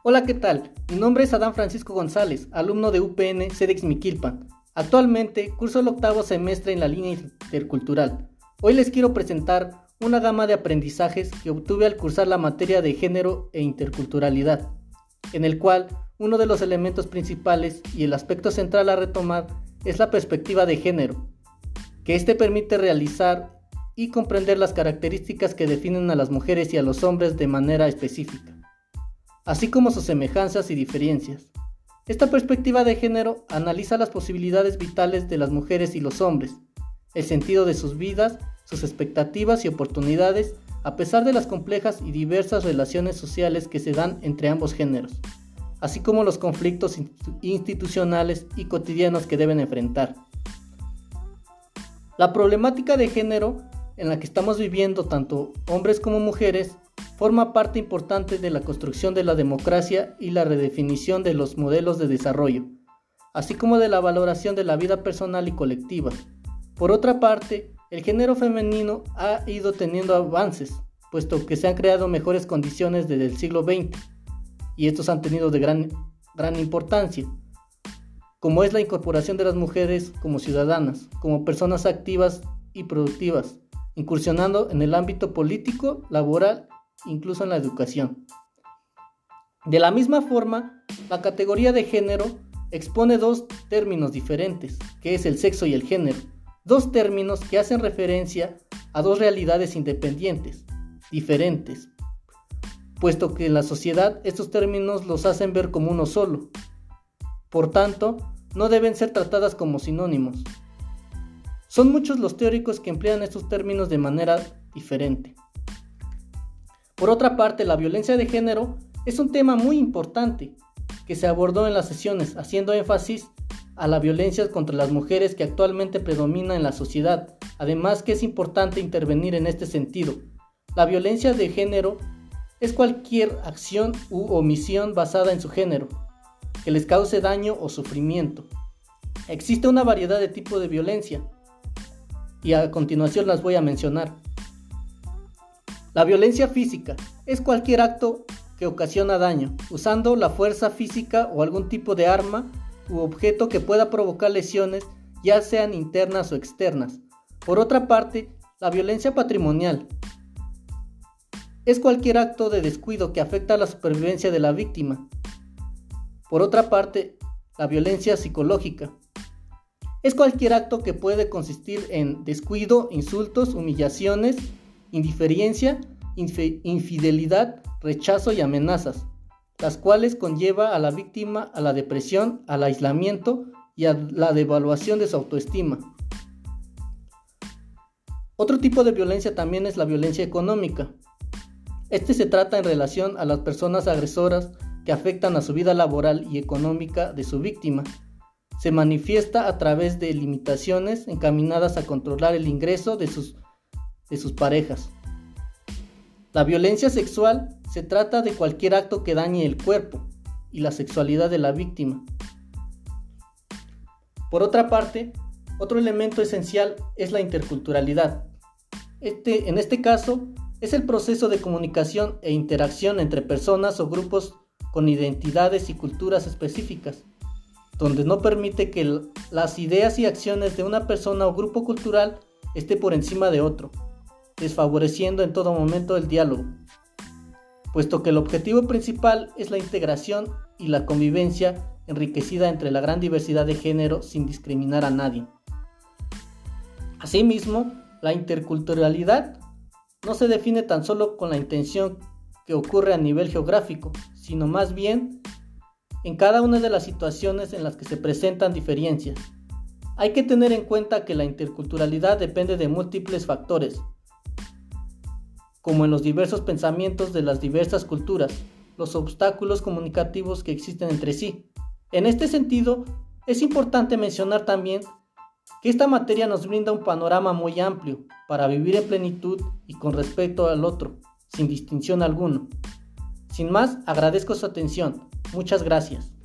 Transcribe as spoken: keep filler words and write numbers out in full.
Hola, ¿qué tal? Mi nombre es Adán Francisco González, alumno de U P N CEDEX Miquilpan. Actualmente curso el octavo semestre en la línea intercultural. Hoy les quiero presentar una gama de aprendizajes que obtuve al cursar la materia de género e interculturalidad, en el cual uno de los elementos principales y el aspecto central a retomar es la perspectiva de género, que éste permite realizar y comprender las características que definen a las mujeres y a los hombres de manera específica, así como sus semejanzas y diferencias. Esta perspectiva de género analiza las posibilidades vitales de las mujeres y los hombres, el sentido de sus vidas, sus expectativas y oportunidades, a pesar de las complejas y diversas relaciones sociales que se dan entre ambos géneros, así como los conflictos institucionales y cotidianos que deben enfrentar. La problemática de género en la que estamos viviendo tanto hombres como mujeres forma parte importante de la construcción de la democracia y la redefinición de los modelos de desarrollo, así como de la valoración de la vida personal y colectiva. Por otra parte, el género femenino ha ido teniendo avances, puesto que se han creado mejores condiciones desde el siglo veinte, y estos han tenido de gran, gran importancia, como es la incorporación de las mujeres como ciudadanas, como personas activas y productivas, incursionando en el ámbito político, laboral, incluso en la educación. De la misma forma, la categoría de género expone dos términos diferentes, que es el sexo y el género, dos términos que hacen referencia a dos realidades independientes, diferentes, puesto que en la sociedad estos términos los hacen ver como uno solo. Por tanto, no deben ser tratadas como sinónimos. Son muchos los teóricos que emplean estos términos de manera diferente. Por otra parte, la violencia de género es un tema muy importante que se abordó en las sesiones, haciendo énfasis a la violencia contra las mujeres que actualmente predomina en la sociedad. Además, que es importante intervenir en este sentido. La violencia de género es cualquier acción u omisión basada en su género, que les cause daño o sufrimiento. Existe una variedad de tipos de violencia, y a continuación las voy a mencionar. La violencia física es cualquier acto que ocasiona daño, usando la fuerza física o algún tipo de arma u objeto que pueda provocar lesiones, ya sean internas o externas. Por otra parte, la violencia patrimonial es cualquier acto de descuido que afecta a la supervivencia de la víctima. Por otra parte, la violencia psicológica es cualquier acto que puede consistir en descuido, insultos, humillaciones, indiferencia, inf- infidelidad, rechazo y amenazas, las cuales conlleva a la víctima a la depresión, al aislamiento y a la devaluación de su autoestima. Otro tipo de violencia también es la violencia económica. Este se trata en relación a las personas agresoras que afectan a su vida laboral y económica de su víctima. Se manifiesta a través de limitaciones encaminadas a controlar el ingreso de sus, de sus parejas. La violencia sexual se trata de cualquier acto que dañe el cuerpo y la sexualidad de la víctima. Por otra parte, otro elemento esencial es la interculturalidad. Este, en este caso, es el proceso de comunicación e interacción entre personas o grupos con identidades y culturas específicas, donde no permite que las ideas y acciones de una persona o grupo cultural esté por encima de otro, desfavoreciendo en todo momento el diálogo, puesto que el objetivo principal es la integración y la convivencia enriquecida entre la gran diversidad de género sin discriminar a nadie. Asimismo, la interculturalidad no se define tan solo con la intención que ocurre a nivel geográfico, sino más bien en cada una de las situaciones en las que se presentan diferencias. Hay que tener en cuenta que la interculturalidad depende de múltiples factores, como en los diversos pensamientos de las diversas culturas, los obstáculos comunicativos que existen entre sí. En este sentido, es importante mencionar también que esta materia nos brinda un panorama muy amplio para vivir en plenitud y con respeto al otro, sin distinción alguna. Sin más, agradezco su atención. Muchas gracias.